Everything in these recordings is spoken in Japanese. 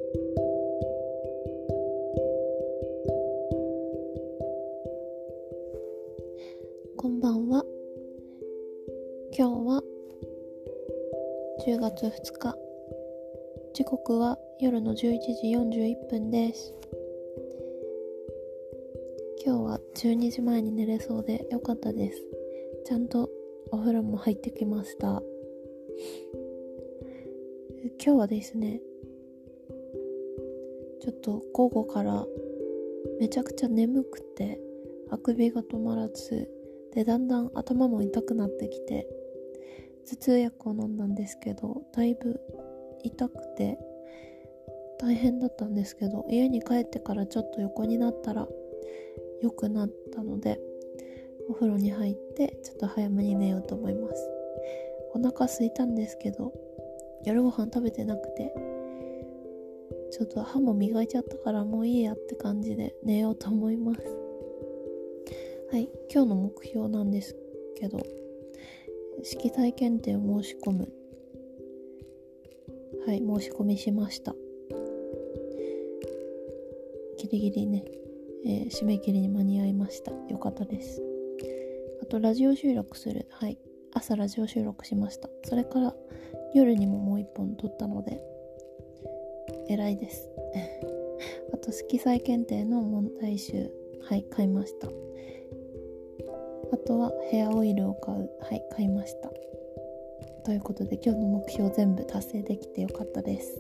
こんばんは。今日は10月2日、時刻は夜の11時41分です。今日は12時前に寝れそうでよかったです。ちゃんとお風呂も入ってきました。今日はですね、ちょっと午後からめちゃくちゃ眠くてあくびが止まらずで、だんだん頭も痛くなってきて頭痛薬を飲んだんですけど、だいぶ痛くて大変だったんですけど、家に帰ってからちょっと横になったら良くなったので、お風呂に入ってちょっと早めに寝ようと思います。お腹空いたんですけど夜ご飯食べてなくて、ちょっと歯も磨いちゃったからもういいやって感じで寝ようと思います。はい、今日の目標なんですけど、色彩検定を申し込む。はい、申し込みしました。ギリギリね、締め切りに間に合いました。よかったです。あとラジオ収録する。はい、朝ラジオ収録しました。それから夜にももう一本撮ったので偉いですあと色彩検定の問題集、はい、買いました。あとはヘアオイルを買う。はい、買いました。ということで今日の目標全部達成できてよかったです。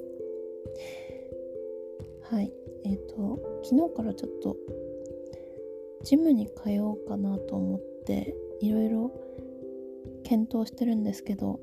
はい、昨日からちょっとジムに通おうかなと思っていろいろ検討してるんですけど、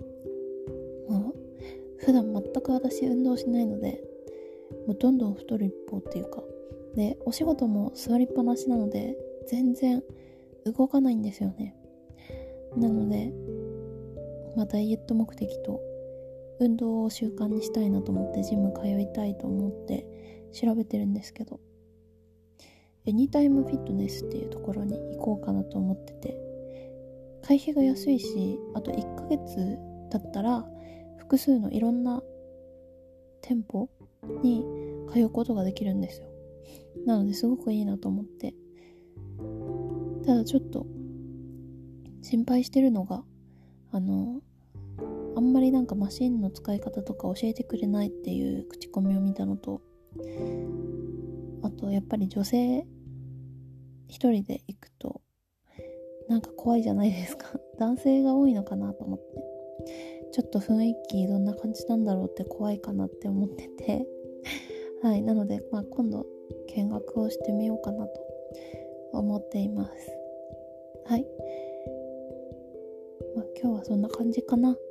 普段全く私運動しないので、もうどんどん太る一方っていうかで、お仕事も座りっぱなしなので全然動かないんですよね。なので、ダイエット目的と運動を習慣にしたいなと思ってジム通いたいと思って調べてるんですけど、エニタイムフィットネスっていうところに行こうかなと思ってて、会費が安いし、あと1ヶ月だったら複数のいろんな店舗に通うことができるんですよ。なのですごくいいなと思って、ただちょっと心配してるのが、あんまりなんかマシンの使い方とか教えてくれないっていう口コミを見たのと、あとやっぱり女性一人で行くとなんか怖いじゃないですか男性が多いのかなと思って、ちょっと雰囲気どんな感じなんだろうって怖いかなって思っててはい、なので今度見学をしてみようかなと思っています。はい、今日はそんな感じかな。はい、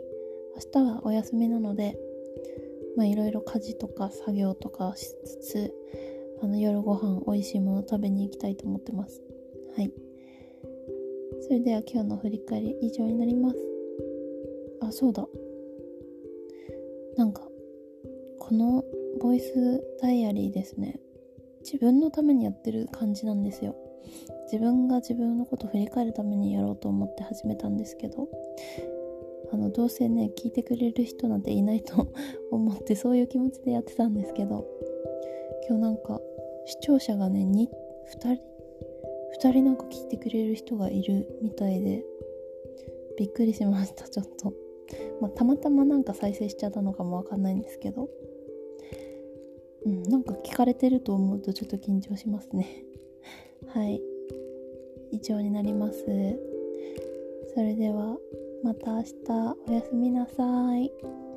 明日はお休みなので、いろいろ家事とか作業とかしつつ、夜ご飯美味しいもの食べに行きたいと思ってます。はい、それでは今日の振り返り以上になります。あ、そうだ、なんかこのボイスダイアリーですね、自分のためにやってる感じなんですよ。自分が自分のことを振り返るためにやろうと思って始めたんですけど、どうせね聞いてくれる人なんていないと思ってそういう気持ちでやってたんですけど、今日なんか視聴者がね2人なんか聞いてくれる人がいるみたいでびっくりしました。ちょっとたまたまなんか再生しちゃったのかもわかんないんですけど、なんか聞かれてると思うとちょっと緊張しますねはい、以上になります。それではまた明日、おやすみなさい。